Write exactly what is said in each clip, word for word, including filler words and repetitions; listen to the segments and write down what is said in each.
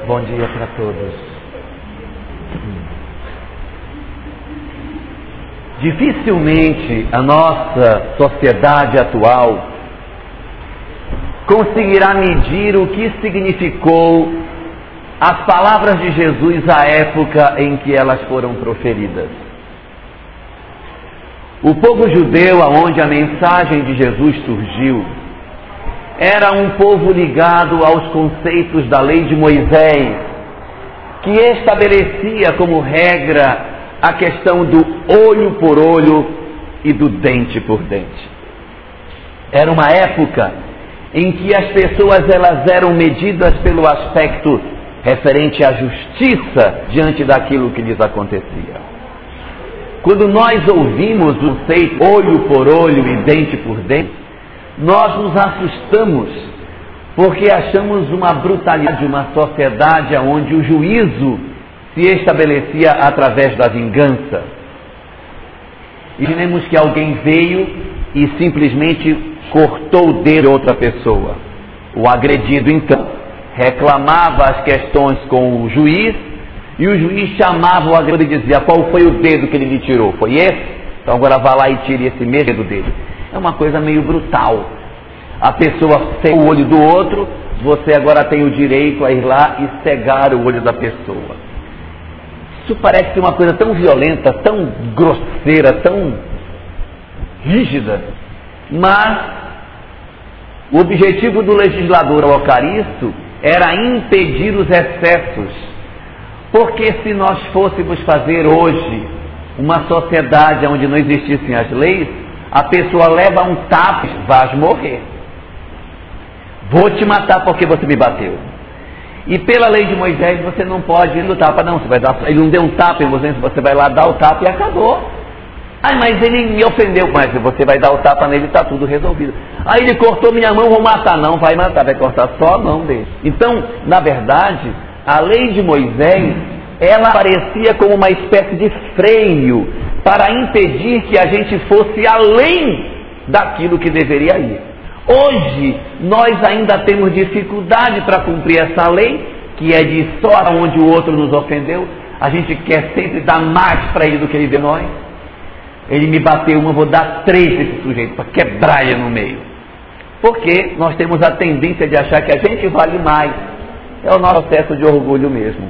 Bom dia para todos. Dificilmente a nossa sociedade atual conseguirá medir o que significou as palavras de Jesus à época em que elas foram proferidas. O povo judeu, aonde a mensagem de Jesus surgiu, era um povo ligado aos conceitos da lei de Moisés, que estabelecia como regra a questão do olho por olho e do dente por dente. Era uma época em que as pessoas elas eram medidas pelo aspecto referente à justiça diante daquilo que lhes acontecia. Quando nós ouvimos o conceito olho por olho e dente por dente, nós nos assustamos, porque achamos uma brutalidade, uma sociedade onde o juízo se estabelecia através da vingança. Imaginemos que alguém veio e simplesmente cortou o dedo de outra pessoa. O agredido, então, reclamava as questões com o juiz, e o juiz chamava o agredido e dizia: qual foi o dedo que ele lhe tirou? Foi esse? Então agora vá lá e tire esse mesmo dedo dele. É uma coisa meio brutal. A pessoa cega o olho do outro, você agora tem o direito a ir lá e cegar o olho da pessoa. Isso parece uma coisa tão violenta, tão grosseira, tão rígida. Mas o objetivo do legislador ao colocar isso era impedir os excessos. Porque se nós fôssemos fazer hoje uma sociedade onde não existissem as leis, a pessoa leva um tapa e vai morrer. Vou te matar porque você me bateu. E pela lei de Moisés você não pode ir no tapa, não. Você vai dar, ele não deu um tapa em você, você vai lá dar o tapa e acabou. Ai, mas ele me ofendeu, mas você vai dar o tapa nele e está tudo resolvido. Aí ele cortou minha mão, vou matar. Não, vai matar, vai cortar só a mão dele. Então, na verdade, a lei de Moisés, ela aparecia como uma espécie de freio para impedir que a gente fosse além daquilo que deveria ir. Hoje, nós ainda temos dificuldade para cumprir essa lei, que é de só onde o outro nos ofendeu. A gente quer sempre dar mais para ele do que ele deu nós. Ele me bateu uma, vou dar três desse sujeito, para quebrar ele no meio. Porque nós temos a tendência de achar que a gente vale mais. É o nosso excesso de orgulho mesmo.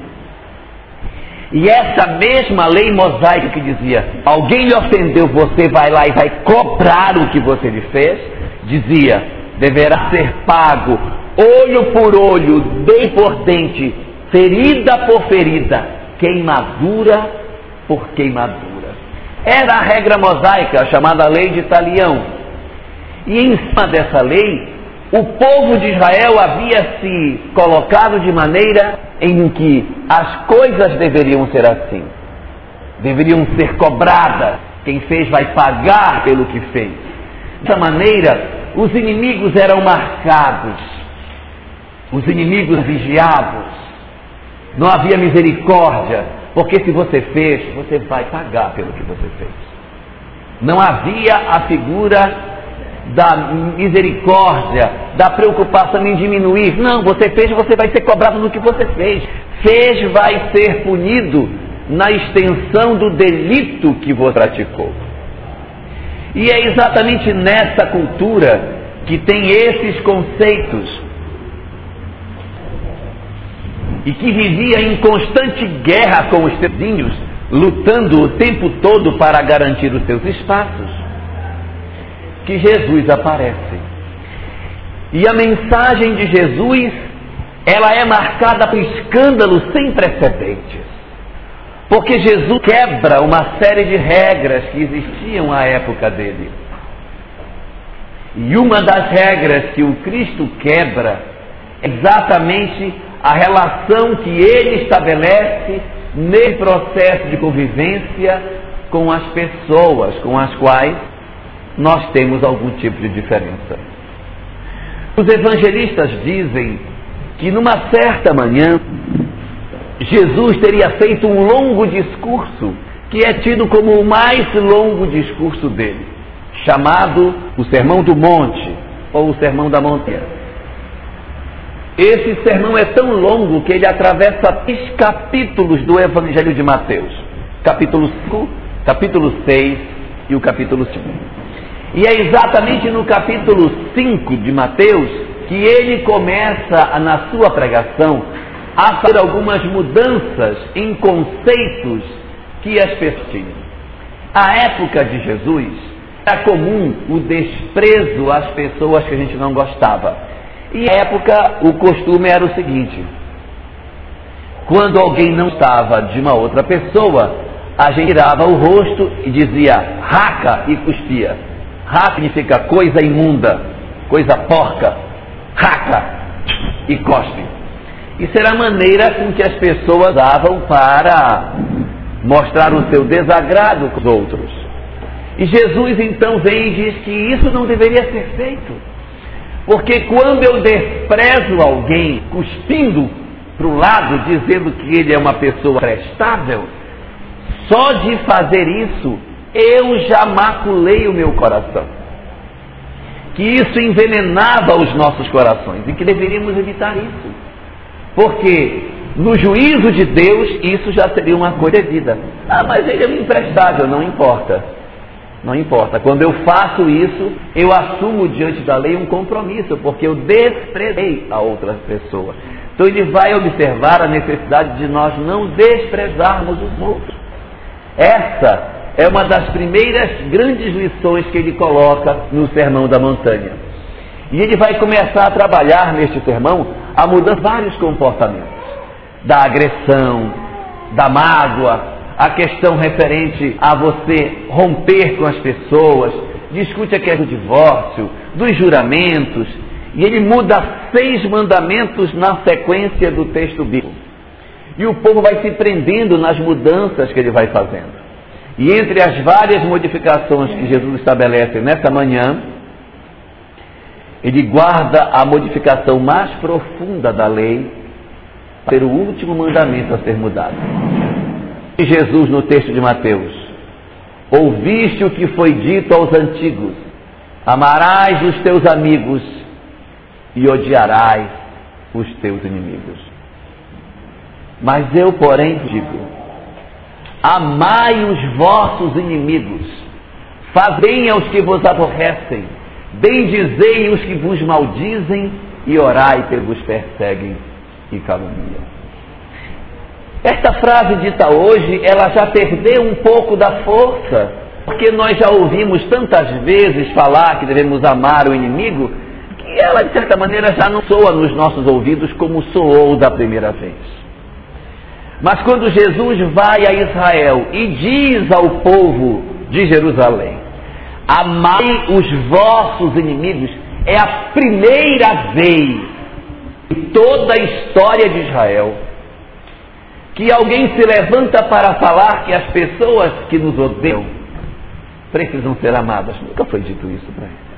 E essa mesma lei mosaica que dizia: alguém lhe ofendeu, você vai lá e vai cobrar o que você lhe fez, dizia: deverá ser pago olho por olho, dente por dente, ferida por ferida, queimadura por queimadura. Era a regra mosaica, chamada lei de Talião. E em cima dessa lei, o povo de Israel havia se colocado de maneira em que as coisas deveriam ser assim. Deveriam ser cobradas. Quem fez vai pagar pelo que fez. Dessa maneira, os inimigos eram marcados. Os inimigos vigiados. Não havia misericórdia, porque se você fez, você vai pagar pelo que você fez. Não havia a figura da misericórdia, da preocupação em diminuir. Não, você fez, você vai ser cobrado no que você fez. Fez, vai ser punido na extensão do delito que você praticou. E é exatamente nessa cultura que tem esses conceitos e que vivia em constante guerra com os seus vizinhos, lutando o tempo todo para garantir os seus espaços, que Jesus aparece. E a mensagem de Jesus, ela é marcada por escândalos sem precedentes. Porque Jesus quebra uma série de regras que existiam à época dele. E uma das regras que o Cristo quebra é exatamente a relação que ele estabelece nesse processo de convivência com as pessoas com as quais nós temos algum tipo de diferença. Os evangelistas dizem que numa certa manhã, Jesus teria feito um longo discurso, que é tido como o mais longo discurso dele, chamado o Sermão do Monte, ou o Sermão da Montanha. Esse sermão é tão longo que ele atravessa três capítulos do Evangelho de Mateus. Capítulo cinco, capítulo seis e o capítulo cinco. E é exatamente no capítulo cinco de Mateus que ele começa, na sua pregação, a fazer algumas mudanças em conceitos que as pessoas tinham. À época de Jesus, era comum o desprezo às pessoas que a gente não gostava. E na época o costume era o seguinte: quando alguém não gostava de uma outra pessoa, a gente tirava o rosto e dizia raca e cuspia. Raca significa coisa imunda, coisa porca, raca e cospe. Isso era a maneira com que as pessoas usavam para mostrar o seu desagrado com os outros. E Jesus então vem e diz que isso não deveria ser feito. Porque quando eu desprezo alguém, cuspindo para o lado, dizendo que ele é uma pessoa prestável, só de fazer isso, eu já maculei o meu coração. Que isso envenenava os nossos corações e que deveríamos evitar isso. Porque no juízo de Deus, isso já seria uma coisa devida. Ah, mas ele é um imprestável, não importa. Não importa, quando eu faço isso, eu assumo diante da lei um compromisso, porque eu desprezei a outra pessoa. Então ele vai observar a necessidade de nós não desprezarmos os outros. Essa é uma das primeiras grandes lições que ele coloca no Sermão da Montanha. E ele vai começar a trabalhar neste sermão a mudar vários comportamentos. Da agressão, da mágoa, a questão referente a você romper com as pessoas, discute a questão do divórcio, dos juramentos, e ele muda seis mandamentos na sequência do texto bíblico. E o povo vai se prendendo nas mudanças que ele vai fazendo. E entre as várias modificações que Jesus estabelece nessa manhã, ele guarda a modificação mais profunda da lei para ser o último mandamento a ser mudado. E Jesus, no texto de Mateus: ouviste o que foi dito aos antigos, amarás os teus amigos e odiarás os teus inimigos. Mas eu, porém, digo: amai os vossos inimigos, fazei aos que vos aborrecem, bendizei os que vos maldizem e orai pelos que vos perseguem e caluniam. Esta frase dita hoje, ela já perdeu um pouco da força, porque nós já ouvimos tantas vezes falar que devemos amar o inimigo, que ela de certa maneira já não soa nos nossos ouvidos como soou da primeira vez. Mas quando Jesus vai a Israel e diz ao povo de Jerusalém: amai os vossos inimigos, é a primeira vez em toda a história de Israel que alguém se levanta para falar que as pessoas que nos odeiam precisam ser amadas. Nunca foi dito isso para eles.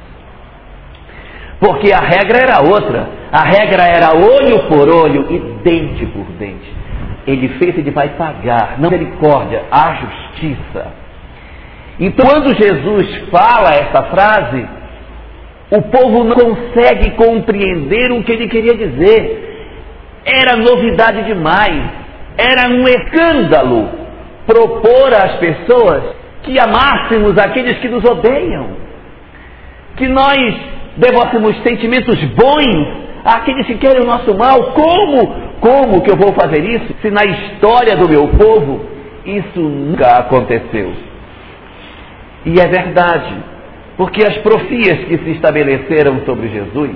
Porque a regra era outra. A regra era olho por olho e dente por dente. Ele fez, ele vai pagar. Não misericórdia, a justiça. Então, quando Jesus fala essa frase, o povo não consegue compreender o que ele queria dizer. Era novidade demais. Era um escândalo propor às pessoas que amássemos aqueles que nos odeiam, que nós devotássemos sentimentos bons àqueles que querem o nosso mal. Como? Como que eu vou fazer isso se na história do meu povo isso nunca aconteceu? E é verdade, porque as profecias que se estabeleceram sobre Jesus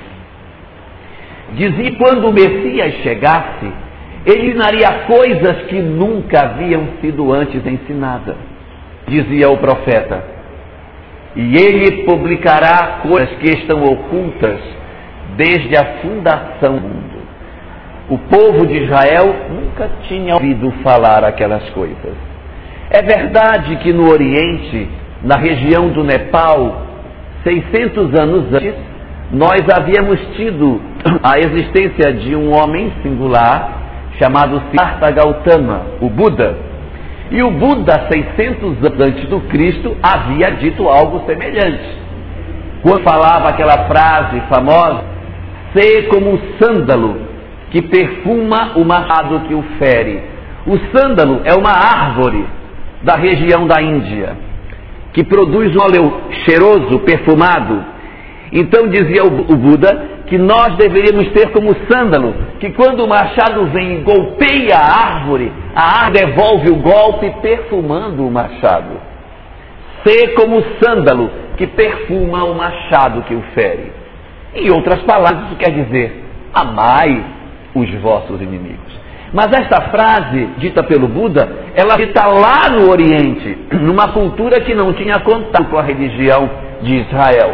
diziam que quando o Messias chegasse, ele ensinaria coisas que nunca haviam sido antes ensinadas. Dizia o profeta: e ele publicará coisas que estão ocultas desde a fundação do mundo. O povo de Israel nunca tinha ouvido falar aquelas coisas. É verdade que no Oriente, na região do Nepal, seiscentos anos antes, nós havíamos tido a existência de um homem singular chamado Siddhartha Gautama, o Buda. E o Buda, seiscentos anos antes do Cristo, havia dito algo semelhante. Quando falava aquela frase famosa: Sê como o sândalo que perfuma o machado que o fere. O sândalo é uma árvore da região da Índia, que produz um óleo cheiroso, perfumado. Então dizia o Buda que nós deveríamos ter como o sândalo, que quando o machado vem e golpeia a árvore, a árvore devolve o golpe perfumando o machado. Sê como o sândalo que perfuma o machado que o fere. Em outras palavras, isso quer dizer, amai os vossos inimigos. Mas esta frase, dita pelo Buda, ela está lá no Oriente, numa cultura que não tinha contato com a religião de Israel.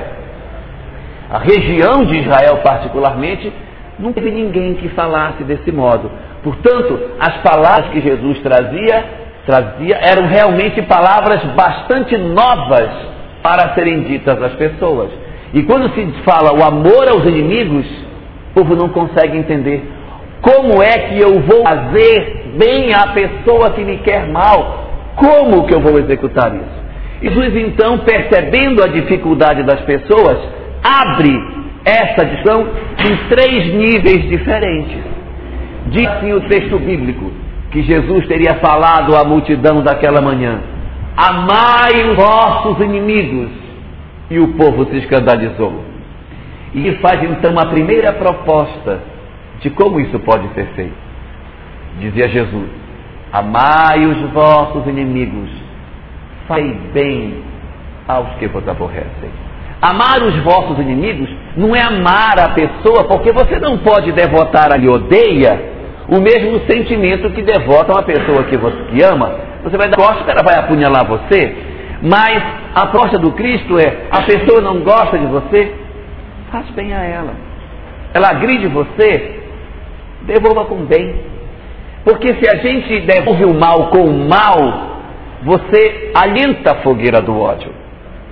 A região de Israel, particularmente, não teve ninguém que falasse desse modo. Portanto, as palavras que Jesus trazia, trazia eram realmente palavras bastante novas para serem ditas às pessoas. E quando se fala o amor aos inimigos, o povo não consegue entender. Como é que eu vou fazer bem à pessoa que me quer mal? Como que eu vou executar isso? Jesus, então, percebendo a dificuldade das pessoas, abre essa discussão em três níveis diferentes. Diz assim o texto bíblico, que Jesus teria falado à multidão daquela manhã: amai os vossos inimigos. E o povo se escandalizou. E faz então a primeira proposta de como isso pode ser feito. Dizia Jesus: amai os vossos inimigos, fazei bem aos que vos aborrecem. Amar os vossos inimigos não é amar a pessoa, porque você não pode devotar a lhe odeia o mesmo sentimento que devota uma pessoa que você que ama. Você vai dar costas, ela vai apunhalar você. Mas a proposta do Cristo é: a pessoa não gosta de você, faz bem a ela. Ela agride você, devolva com bem. Porque se a gente devolve o mal com o mal, você alienta a fogueira do ódio.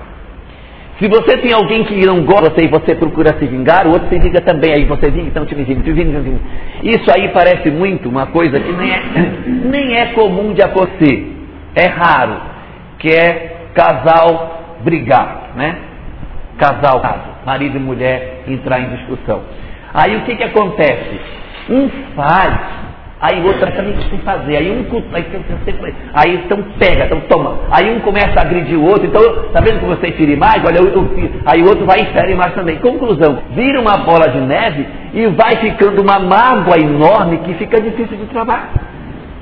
Se você tem alguém que não gosta de você e você procura se vingar, o outro se vinga também. Aí você vinga, então te vinga, te vinga, te vinga. Isso aí parece muito uma coisa que nem é, nem é comum de acontecer. É raro, que é casal brigar, né? Casal, marido e mulher entrar em discussão. Aí o que que acontece? Um faz, aí o outro também tem que fazer. Aí um aí, aí então pega, então toma. Aí um começa a agredir o outro. Então, tá vendo que você fere mais? Olha, eu, eu, aí o outro vai e fere mais também. Conclusão: vira uma bola de neve e vai ficando uma mágoa enorme que fica difícil de trabalhar.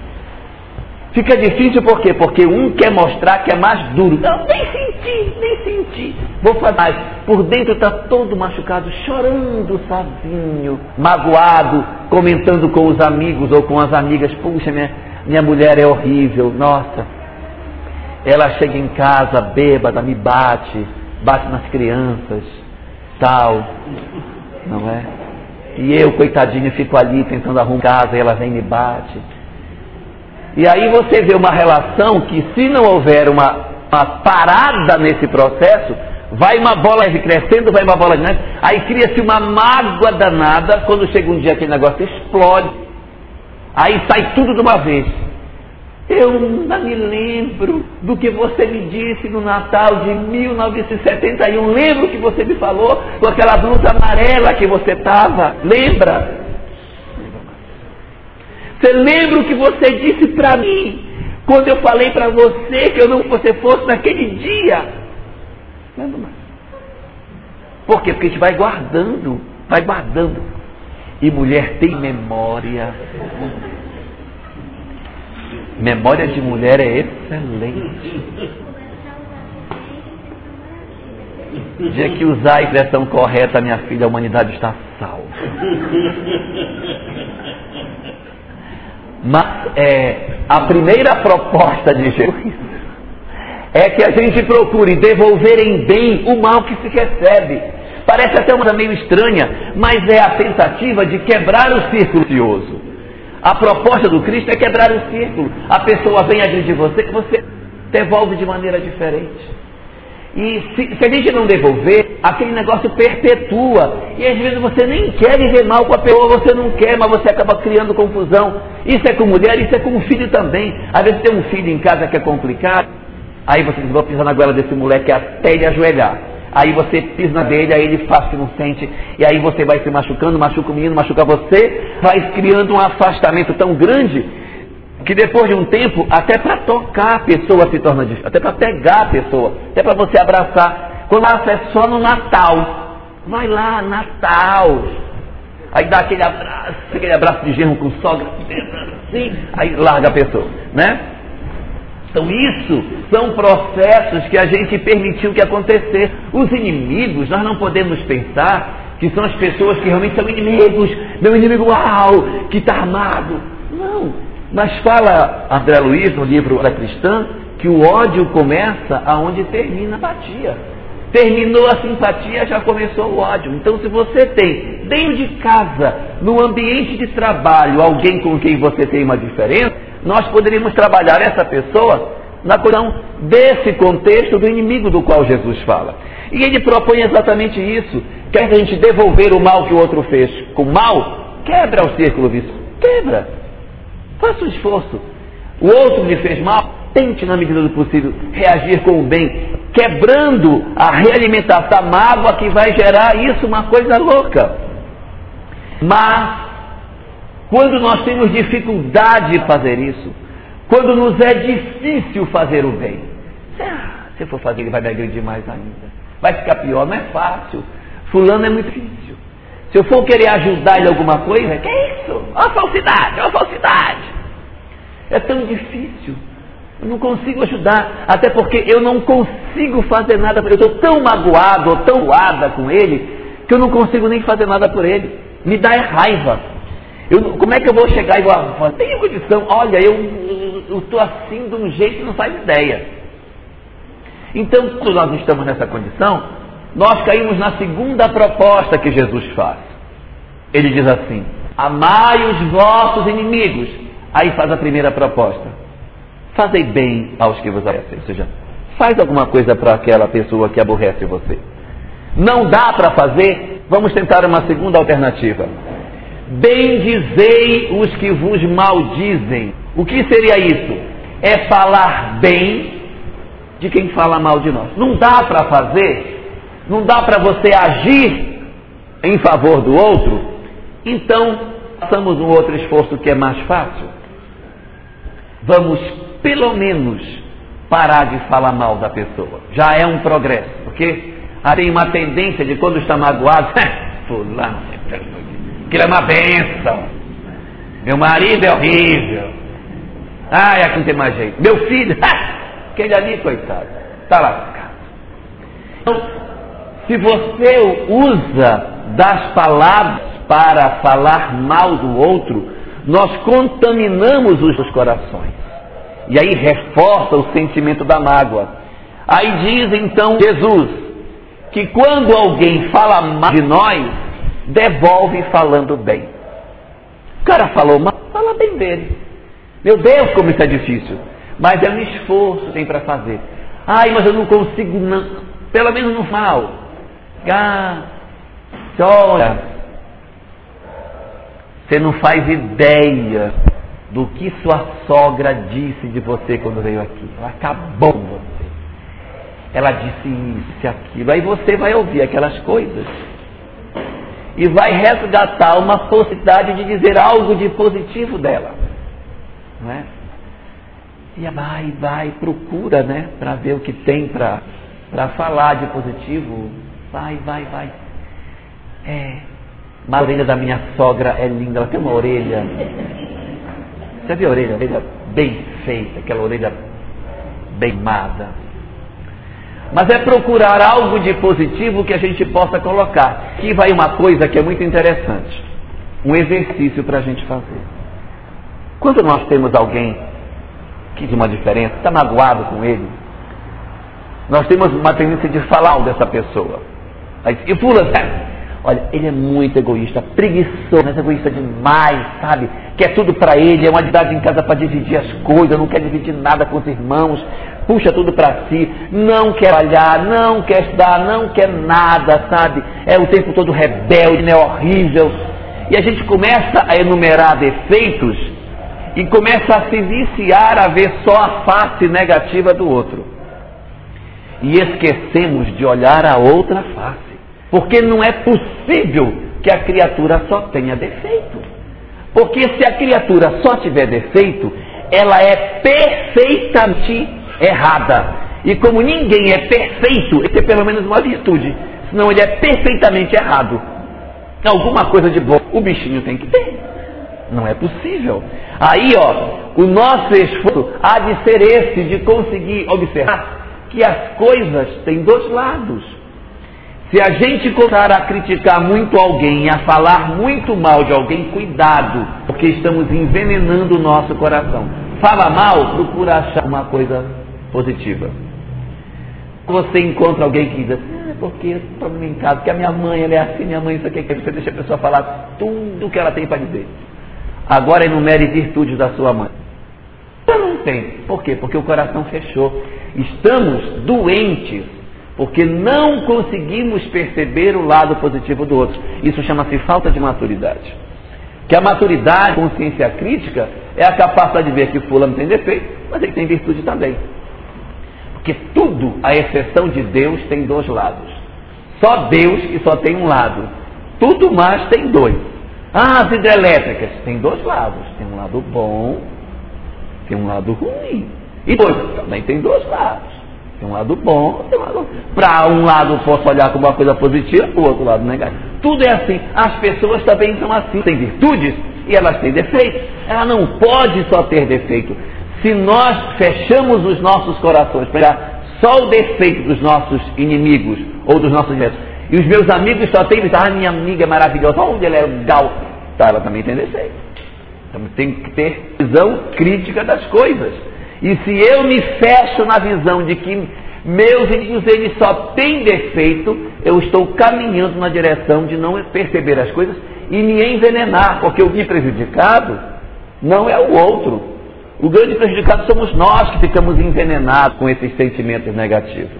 Fica difícil por quê? Porque um quer mostrar que é mais duro. Não, nem senti, nem senti. Vou fazer mais. Por dentro está todo machucado, chorando sozinho, magoado, comentando com os amigos ou com as amigas: puxa, minha, minha mulher é horrível, nossa. Ela chega em casa bêbada, me bate, bate nas crianças, tal, não é? E eu, coitadinho, fico ali tentando arrumar casa e ela vem e me bate. E aí você vê uma relação que, se não houver uma, uma parada nesse processo, vai uma bola crescendo, vai uma bola de neve, aí cria-se uma mágoa danada. Quando chega um dia aquele negócio explode, aí sai tudo de uma vez. Eu ainda me lembro do que você me disse no Natal de mil novecentos e setenta e um, lembro que você me falou com aquela blusa amarela que você estava, lembra? Você lembra o que você disse para mim quando eu falei para você que eu não que você fosse naquele dia? Lembra mais. Por quê? Porque a gente vai guardando, vai guardando. E mulher tem memória. Memória de mulher é excelente. O dia que usar a expressão correta, minha filha, a humanidade está salva. Mas é, a primeira proposta de Jesus é que a gente procure devolver em bem o mal que se recebe. Parece até uma coisa meio estranha, mas é a tentativa de quebrar o círculo vicioso. A proposta do Cristo é quebrar o círculo. A pessoa vem agredir você, você devolve de maneira diferente. E se, se a gente não devolver, aquele negócio perpetua. E às vezes você nem quer viver mal com a pessoa, você não quer, mas você acaba criando confusão. Isso é com mulher, isso é com o filho também. Às vezes tem um filho em casa que é complicado, aí você diz: vou pisar na goela desse moleque até ele ajoelhar. aí você pisa dele, aí ele faz que não sente, e aí você vai se machucando, machuca o menino, machuca você, vai criando um afastamento tão grande, que depois de um tempo, até para tocar a pessoa se torna difícil, até para pegar a pessoa, até para você abraçar. Quando ela é só no Natal, vai lá, Natal, aí dá aquele abraço, aquele abraço de genro com sogra, assim, aí larga a pessoa, né? Então isso são processos que a gente permitiu que acontecesse. Os inimigos, nós não podemos pensar que são as pessoas que realmente são inimigos, meu inimigo, uau, que está armado. Não, mas fala André Luiz no livro da Cristã, que o ódio começa aonde termina a empatia. Terminou a simpatia, já começou o ódio. Então se você tem, dentro de casa, no ambiente de trabalho, alguém com quem você tem uma diferença, nós poderíamos trabalhar essa pessoa na questão desse contexto do inimigo do qual Jesus fala. E ele propõe exatamente isso. Quer a gente devolver o mal que o outro fez com mal? Quebra o círculo vicioso. Quebra. Faça um esforço. O outro lhe fez mal, tente na medida do possível reagir com o bem, quebrando a realimentação da mágoa que vai gerar isso, uma coisa louca. Mas quando nós temos dificuldade de fazer isso, quando nos é difícil fazer o bem, ah, se eu for fazer ele vai me agredir mais ainda, vai ficar pior, não é fácil, fulano é muito difícil. Se eu for querer ajudar ele em alguma coisa, que é isso? Olha a falsidade, olha a falsidade. É tão difícil, eu não consigo ajudar, até porque eu não consigo fazer nada por ele. Eu estou tão magoado ou tão doada com ele, que eu não consigo nem fazer nada por ele. Me dá raiva. Eu, como é que eu vou chegar e vou falar, tenho condição, olha, eu estou assim de um jeito que não faz ideia. Então, quando nós estamos nessa condição, nós caímos na segunda proposta que Jesus faz. Ele diz assim, amai os vossos inimigos. Aí faz a primeira proposta, fazei bem aos que vos aborrecem. Ou seja, faz alguma coisa para aquela pessoa que aborrece você. Não dá para fazer? Vamos tentar uma segunda alternativa. Bendizei os que vos maldizem. O que seria isso? É falar bem de quem fala mal de nós. Não dá para fazer? Não dá para você agir em favor do outro? Então, façamos um outro esforço que é mais fácil. Vamos, pelo menos, parar de falar mal da pessoa. Já é um progresso, porque tem uma tendência de quando está magoado, fulano, aquilo é uma bênção, meu marido é horrível, ai, aqui não tem mais jeito, meu filho, aquele ali, coitado, está lascado. Então, se você usa das palavras para falar mal do outro, nós contaminamos os corações, e aí reforça o sentimento da mágoa. Aí diz então Jesus, que quando alguém fala mal de nós, devolve falando bem. O cara falou mal, fala bem dele. Meu Deus, como isso é difícil. Mas é um esforço que tem para fazer. Ai, mas eu não consigo, não. Pelo menos no mal. Ah, olha, você não faz ideia do que sua sogra disse de você quando veio aqui. Ela acabou com você. Ela disse isso e aquilo. Aí você vai ouvir aquelas coisas e vai resgatar uma possibilidade de dizer algo de positivo dela, não é? E vai, vai, procura, né, para ver o que tem para para falar de positivo. Vai, vai, vai. É, a orelha da minha sogra é linda, ela tem uma orelha. Você viu a orelha? A orelha bem feita, aquela orelha bem mada. Mas é procurar algo de positivo que a gente possa colocar. Aqui vai uma coisa que é muito interessante. Um exercício para a gente fazer. Quando nós temos alguém que de uma diferença, está magoado com ele, nós temos uma tendência de falar dessa pessoa. Aí, e fulano, olha, ele é muito egoísta, preguiçoso, mas egoísta demais, sabe? Quer tudo para ele, é uma atividade em casa para dividir as coisas, não quer dividir nada com os irmãos, puxa tudo para si, não quer trabalhar, não quer estudar, não quer nada, sabe? É o tempo todo rebelde, é horrível. E a gente começa a enumerar defeitos e começa a se viciar a ver só a face negativa do outro. e esquecemos de olhar a outra face. Porque não é possível que a criatura só tenha defeito. Porque se a criatura só tiver defeito, ela é perfeitamente errada. E como ninguém é perfeito, ele tem pelo menos uma virtude. Senão ele é perfeitamente errado. Alguma coisa de bom o bichinho tem que ter. Não é possível. Aí, ó, o nosso esforço há de ser esse, de conseguir observar que as coisas têm dois lados. Se a gente começar a criticar muito alguém, a falar muito mal de alguém, cuidado, porque estamos envenenando o nosso coração. Fala mal, procura achar uma coisa positiva. Você encontra alguém que diz assim, ah, porque eu estou em casa, porque a minha mãe, ela é assim, minha mãe, isso aqui, você deixa a pessoa falar tudo o que ela tem para dizer. Agora enumere virtudes da sua mãe. Ela não tem. Por quê? Porque o coração fechou. Estamos doentes, porque não conseguimos perceber o lado positivo do outro. Isso chama-se falta de maturidade. Que a maturidade, a consciência crítica, é a capacidade de ver que o fulano tem defeito, mas ele tem virtude também. Porque tudo, à exceção de Deus, tem dois lados. Só Deus que só tem um lado. Tudo mais tem dois. Ah, as hidrelétricas tem dois lados. Tem um lado bom, tem um lado ruim. E dois, também tem dois lados. Tem um lado bom, tem um lado ruim. Para um lado eu posso olhar como uma coisa positiva, para o outro lado negativo. Tudo é assim. As pessoas também são assim. Têm virtudes e elas têm defeitos. Ela não pode só ter defeito. Se nós fechamos os nossos corações para só o defeito dos nossos inimigos ou dos nossos netos, e os meus amigos só têm, ah, minha amiga é maravilhosa, onde ela é legal, tá, ela também tem defeito. Então tem que ter visão crítica das coisas. E se eu me fecho na visão de que meus inimigos eles só têm defeito, eu estou caminhando na direção de não perceber as coisas e me envenenar, porque o que é prejudicado não é o outro. O grande prejudicado somos nós que ficamos envenenados com esses sentimentos negativos.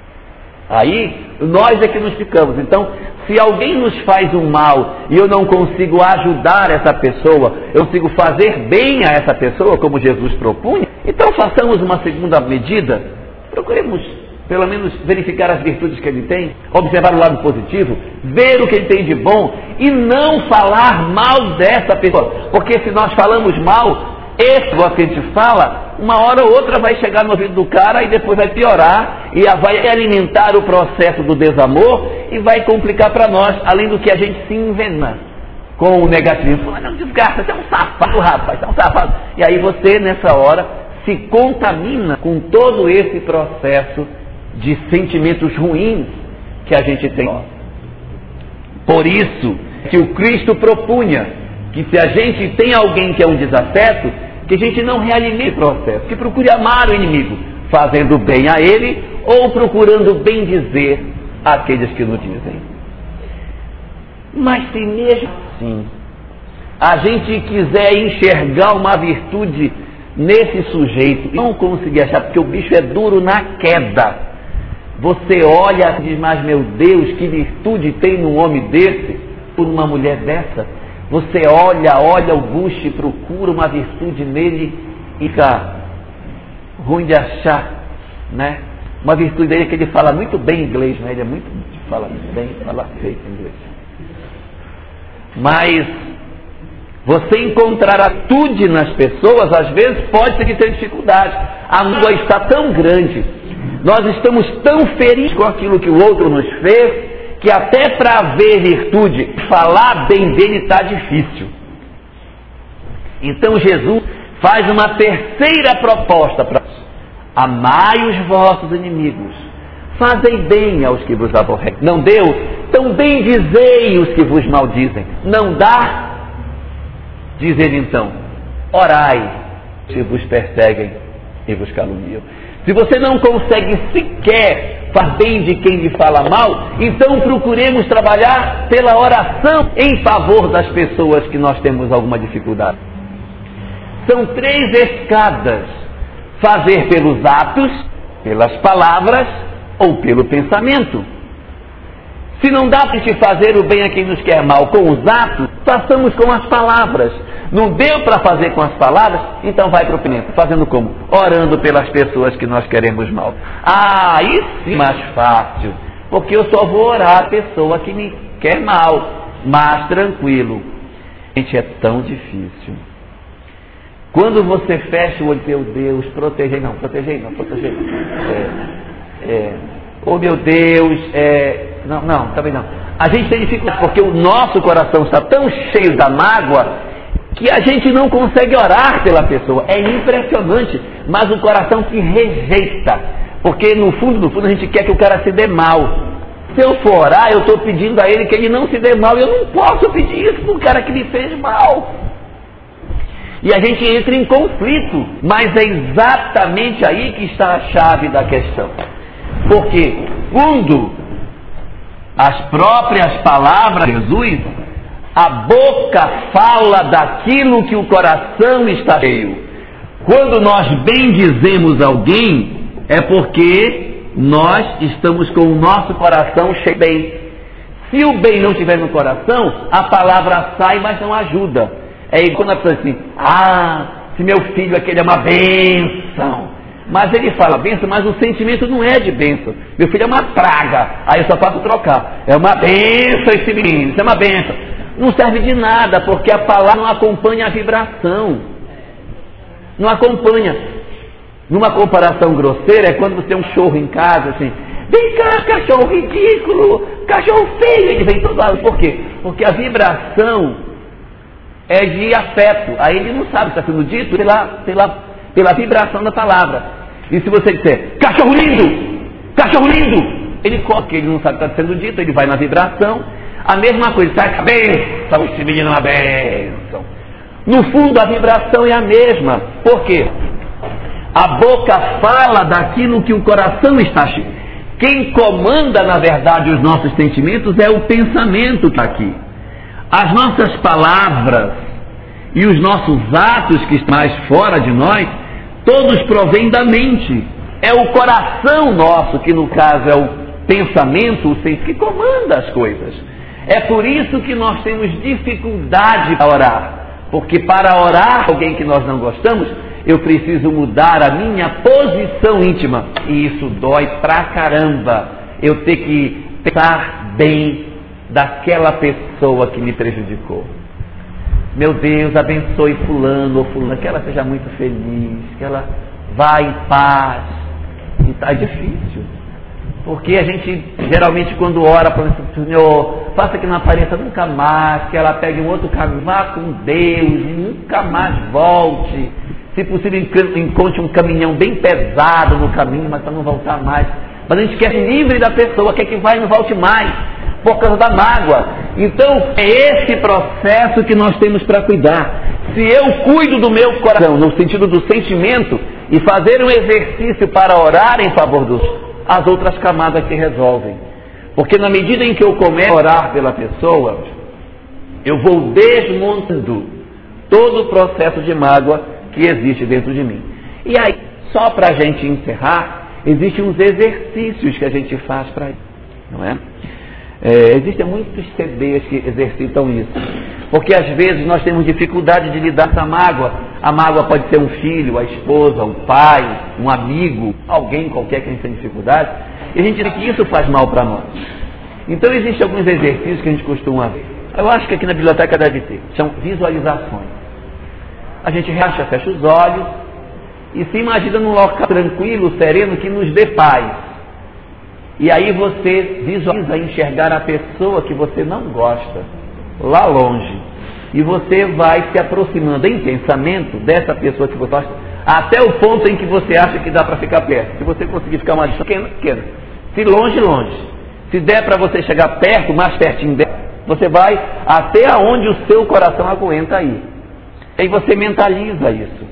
Aí, nós é que nos ficamos. Então, se alguém nos faz um mal e eu não consigo ajudar essa pessoa, eu consigo fazer bem a essa pessoa, como Jesus propunha, então façamos uma segunda medida. Procuremos, pelo menos, verificar as virtudes que ele tem, observar o lado positivo, ver o que ele tem de bom e não falar mal dessa pessoa. Porque se nós falamos mal, esse que a gente fala, uma hora ou outra vai chegar no ouvido do cara e depois vai piorar e vai alimentar o processo do desamor e vai complicar para nós, além do que a gente se envenena com o negativo. Fala, não, desgraça, você é um safado, rapaz, você é um safado. E aí você, nessa hora, se contamina com todo esse processo de sentimentos ruins que a gente tem. Por isso que o Cristo propunha que se a gente tem alguém que é um desafeto, que a gente não realime o processo, que procure amar o inimigo, fazendo bem a ele ou procurando bem dizer àqueles que nos dizem. Mas se mesmo assim a gente quiser enxergar uma virtude nesse sujeito e não conseguir achar, porque o bicho é duro na queda, você olha e diz, mas meu Deus, que virtude tem num homem desse, por uma mulher dessa? Você olha, olha o bucho e procura uma virtude nele e fica ruim de achar, né? Uma virtude dele é que ele fala muito bem inglês, né? Ele é muito, fala bem, fala feito inglês. Mas você encontrar atitude nas pessoas, às vezes pode ser que tenha dificuldade. A língua está tão grande, nós estamos tão feridos com aquilo que o outro nos fez, que até para ver virtude, falar bem dele está difícil. Então Jesus faz uma terceira proposta para nós. Amai os vossos inimigos, fazei bem aos que vos aborrecem. Não deu? Então bendizei os que vos maldizem. Não dá? Diz ele então, orai se vos perseguem e vos caluniam. Se você não consegue sequer fazer bem de quem lhe fala mal, então procuremos trabalhar pela oração em favor das pessoas que nós temos alguma dificuldade. São três escadas: fazer pelos atos, pelas palavras ou pelo pensamento. Se não dá para te fazer o bem a quem nos quer mal com os atos, façamos com as palavras. Não deu para fazer com as palavras? Então vai para o pensamento. Fazendo como? Orando pelas pessoas que nós queremos mal. Ah, aí sim mais fácil. Porque eu só vou orar a pessoa que me quer mal. Mais tranquilo. Gente, é tão difícil. Quando você fecha o olho, meu Deus, protegei não, protegei não, protegei não. É, é, oh meu Deus, é, não, não, também não. A gente tem dificuldade porque o nosso coração está tão cheio da mágoa que a gente não consegue orar pela pessoa. É impressionante, mas o coração se rejeita, porque no fundo, no fundo a gente quer que o cara se dê mal. Se eu for orar, eu estou pedindo a ele que ele não se dê mal. Eu não posso pedir isso para um cara que me fez mal. E a gente entra em conflito, mas é exatamente aí que está a chave da questão. Porque quando as próprias palavras de Jesus, a boca fala daquilo que o coração está cheio. Quando nós bendizemos alguém, é porque nós estamos com o nosso coração cheio de bem. Se o bem não estiver no coração, a palavra sai, mas não ajuda. É aí quando a pessoa diz assim, ah, se meu filho aquele é uma bênção. Mas ele fala bênção, mas o sentimento não é de bênção. Meu filho é uma praga, aí eu só faço trocar. É uma bênção esse menino, isso é uma bênção. Não serve de nada, porque a palavra não acompanha a vibração. Não acompanha. Numa comparação grosseira, é quando você tem um cachorro em casa, assim, vem cá, cachorro ridículo, cachorro feio, ele vem todo lado. Por quê? Porque a vibração é de afeto. Aí ele não sabe se está sendo dito pela, pela, pela vibração da palavra. E se você disser, cachorro lindo, cachorro lindo, ele coloca, ele não sabe o que está sendo dito, ele vai na vibração. A mesma coisa, sai a bênção, esse menino é uma bênção. No fundo a vibração é a mesma. Por quê? A boca fala daquilo que o coração está cheio. Quem comanda na verdade os nossos sentimentos é o pensamento que está aqui. As nossas palavras e os nossos atos que estão mais fora de nós, todos provêm da mente. É o coração nosso, que no caso é o pensamento, o senso, que comanda as coisas. É por isso que nós temos dificuldade para orar. Porque para orar alguém que nós não gostamos, eu preciso mudar a minha posição íntima. E isso dói pra caramba. Eu ter que pensar bem daquela pessoa que me prejudicou. Meu Deus, abençoe fulano ou fulana, que ela seja muito feliz, que ela vá em paz. E está difícil. Porque a gente, geralmente, quando ora para o Senhor, faça que não apareça nunca mais, que ela pegue um outro caminho, vá com Deus e nunca mais volte. Se possível, encontre um caminhão bem pesado no caminho, mas para não voltar mais. Mas a gente quer ser livre da pessoa, quer que vai e não volte mais, por causa da mágoa. Então, é esse processo que nós temos para cuidar. Se eu cuido do meu coração, no sentido do sentimento, e fazer um exercício para orar em favor dos, as outras camadas se resolvem. Porque na medida em que eu começo a orar pela pessoa, eu vou desmontando todo o processo de mágoa que existe dentro de mim. E aí, só para a gente encerrar, existem uns exercícios que a gente faz para isso, não é? É, existem muitos C Ds que exercitam isso, porque às vezes nós temos dificuldade de lidar com a mágoa. A mágoa pode ser um filho, a esposa, o pai, um amigo, alguém qualquer que a gente tem dificuldade, e a gente diz que isso faz mal para nós. Então existem alguns exercícios que a gente costuma ver. Eu acho que aqui na biblioteca deve ter, são visualizações. A gente relaxa, fecha os olhos e se imagina num local tranquilo, sereno, que nos dê paz. E aí você visualiza enxergar a pessoa que você não gosta, lá longe. E você vai se aproximando em pensamento dessa pessoa que você gosta, até o ponto em que você acha que dá para ficar perto. Se você conseguir ficar uma distância pequena, pequena. Se longe, longe. Se der para você chegar perto, mais pertinho dela, você vai até aonde o seu coração aguenta ir. Aí você mentaliza isso.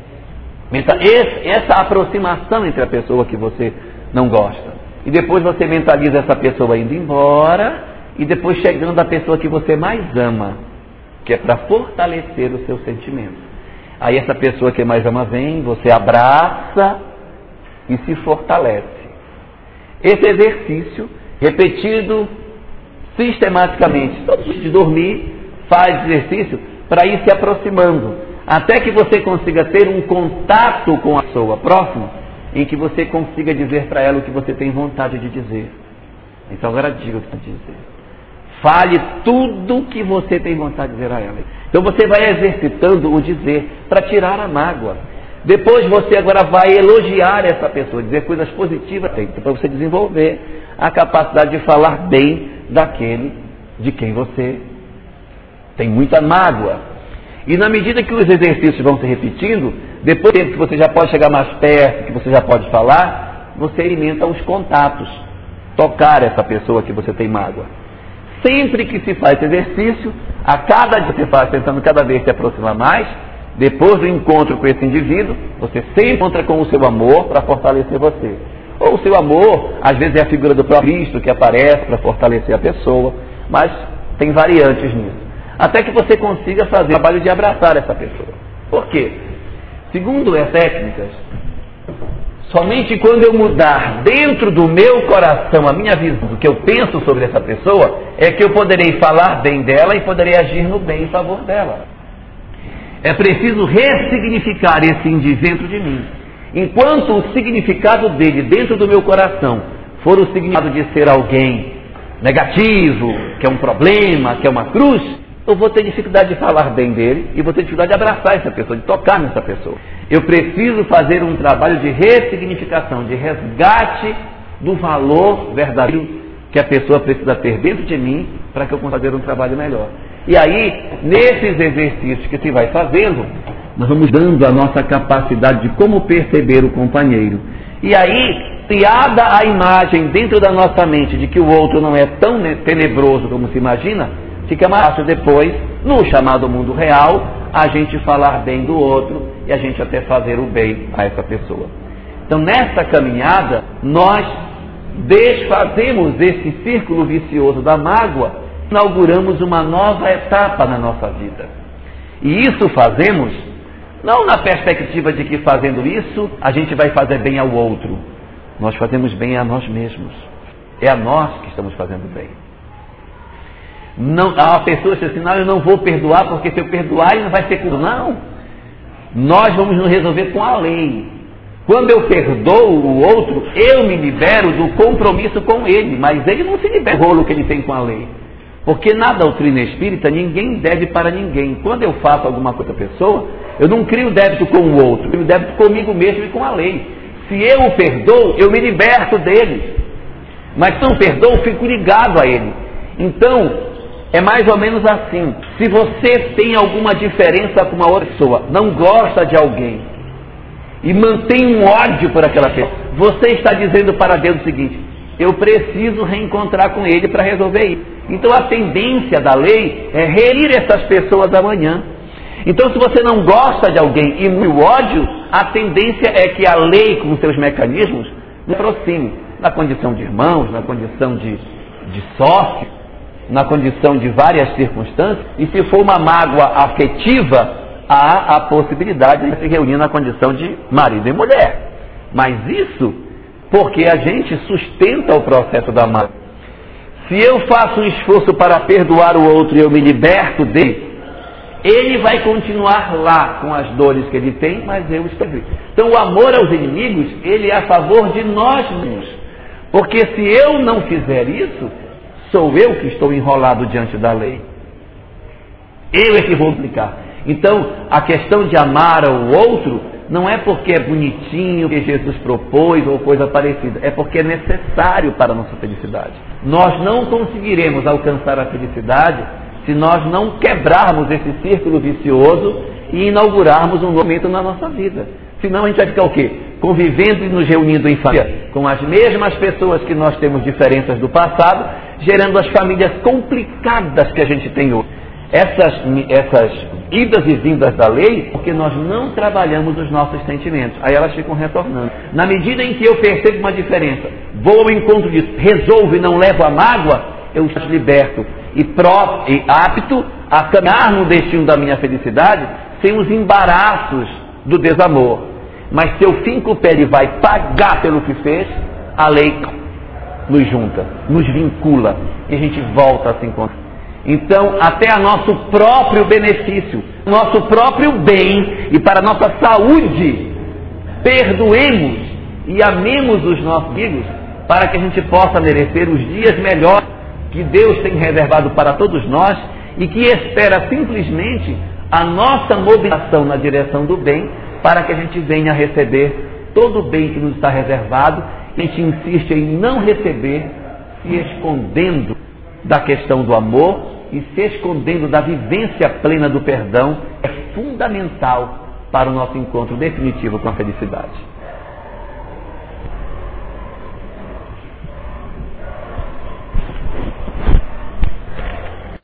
Essa aproximação entre a pessoa que você não gosta. E depois você mentaliza essa pessoa indo embora. E depois chegando a pessoa que você mais ama. Que é para fortalecer o seu sentimento. Aí essa pessoa que mais ama vem, você abraça e se fortalece. Esse exercício, repetido sistematicamente, todos os dias de dormir, faz exercício, para ir se aproximando, até que você consiga ter um contato com a pessoa próxima, em que você consiga dizer para ela o que você tem vontade de dizer. Então agora diga o que você tem que dizer. Fale tudo o que você tem vontade de dizer a ela. Então você vai exercitando o dizer para tirar a mágoa. Depois você agora vai elogiar essa pessoa, dizer coisas positivas para você desenvolver a capacidade de falar bem daquele de quem você tem muita mágoa. E na medida que os exercícios vão se repetindo, depois que você já pode chegar mais perto, que você já pode falar, você alimenta os contatos, tocar essa pessoa que você tem mágoa. Sempre que se faz esse exercício, a cada dia que você faz, tentando cada vez se aproximar mais, depois do encontro com esse indivíduo, você sempre encontra com o seu amor para fortalecer você. Ou o seu amor, às vezes é a figura do próprio Cristo que aparece para fortalecer a pessoa, mas tem variantes nisso. Até que você consiga fazer o trabalho de abraçar essa pessoa. Por quê? Segundo as técnicas, somente quando eu mudar dentro do meu coração a minha visão do que eu penso sobre essa pessoa, é que eu poderei falar bem dela e poderei agir no bem em favor dela. É preciso ressignificar esse indivíduo dentro de mim. Enquanto o significado dele dentro do meu coração for o significado de ser alguém negativo, que é um problema, que é uma cruz, eu vou ter dificuldade de falar bem dele e vou ter dificuldade de abraçar essa pessoa, de tocar nessa pessoa. Eu preciso fazer um trabalho de ressignificação, de resgate do valor verdadeiro que a pessoa precisa ter dentro de mim para que eu consiga fazer um trabalho melhor. E aí, nesses exercícios que se vai fazendo, nós vamos dando a nossa capacidade de como perceber o companheiro. E aí, criada a imagem dentro da nossa mente de que o outro não é tão tenebroso como se imagina, fica mais fácil depois, no chamado mundo real, a gente falar bem do outro e a gente até fazer o bem a essa pessoa. Então, nessa caminhada, nós desfazemos esse círculo vicioso da mágoa, inauguramos uma nova etapa na nossa vida. E isso fazemos, não na perspectiva de que fazendo isso, a gente vai fazer bem ao outro. Nós fazemos bem a nós mesmos. É a nós que estamos fazendo bem. Não, a pessoa diz assim, não, eu não vou perdoar, porque se eu perdoar ele não vai ser culpa. Não. Nós vamos nos resolver com a lei. Quando eu perdoo o outro, eu me libero do compromisso com ele, mas ele não se libera do rolo que ele tem com a lei. Porque na doutrina espírita ninguém deve para ninguém. Quando eu faço alguma coisa para a pessoa, eu não crio débito com o outro, eu crio débito comigo mesmo e com a lei. Se eu o perdoo, eu me liberto dele. Mas se não perdoo, eu fico ligado a ele. Então, é mais ou menos assim. Se você tem alguma diferença com uma outra pessoa, não gosta de alguém, e mantém um ódio por aquela pessoa, você está dizendo para Deus o seguinte: eu preciso reencontrar com ele para resolver isso. Então a tendência da lei é reunir essas pessoas amanhã. Então, se você não gosta de alguém e muito ódio, a tendência é que a lei, com seus mecanismos, se aproxime na condição de irmãos, na condição de, de sócio, na condição de várias circunstâncias. E se for uma mágoa afetiva, há a possibilidade de se reunir na condição de marido e mulher. Mas isso porque a gente sustenta o processo da mágoa. Se eu faço um esforço para perdoar o outro e eu me liberto dele, ele vai continuar lá com as dores que ele tem, mas eu estou aqui. Então o amor aos inimigos, ele é a favor de nós mesmos. Porque se eu não fizer isso, sou eu que estou enrolado diante da lei. Eu é que vou aplicar. Então, a questão de amar ao outro não é porque é bonitinho, que Jesus propôs ou coisa parecida. É porque é necessário para a nossa felicidade. Nós não conseguiremos alcançar a felicidade se nós não quebrarmos esse círculo vicioso e inaugurarmos um momento na nossa vida. Senão a gente vai ficar o quê? Convivendo e nos reunindo em família com as mesmas pessoas que nós temos diferenças do passado, gerando as famílias complicadas que a gente tem hoje. Essas, essas idas e vindas da lei, porque nós não trabalhamos os nossos sentimentos. Aí elas ficam retornando. Na medida em que eu percebo uma diferença, vou ao encontro disso, resolvo e não levo a mágoa, eu os liberto e, pró, e apto a caminhar no destino da minha felicidade sem os embaraços do desamor. Mas se eu finco o pé e vai pagar pelo que fez, a lei nos junta, nos vincula e a gente volta a se encontrar. Então, até a nosso próprio benefício, nosso próprio bem e para a nossa saúde, perdoemos e amemos os nossos amigos, para que a gente possa merecer os dias melhores que Deus tem reservado para todos nós e que espera simplesmente a nossa mobilização na direção do bem, para que a gente venha receber todo o bem que nos está reservado. A gente insiste em não receber, se escondendo da questão do amor e se escondendo da vivência plena do perdão, é fundamental para o nosso encontro definitivo com a felicidade.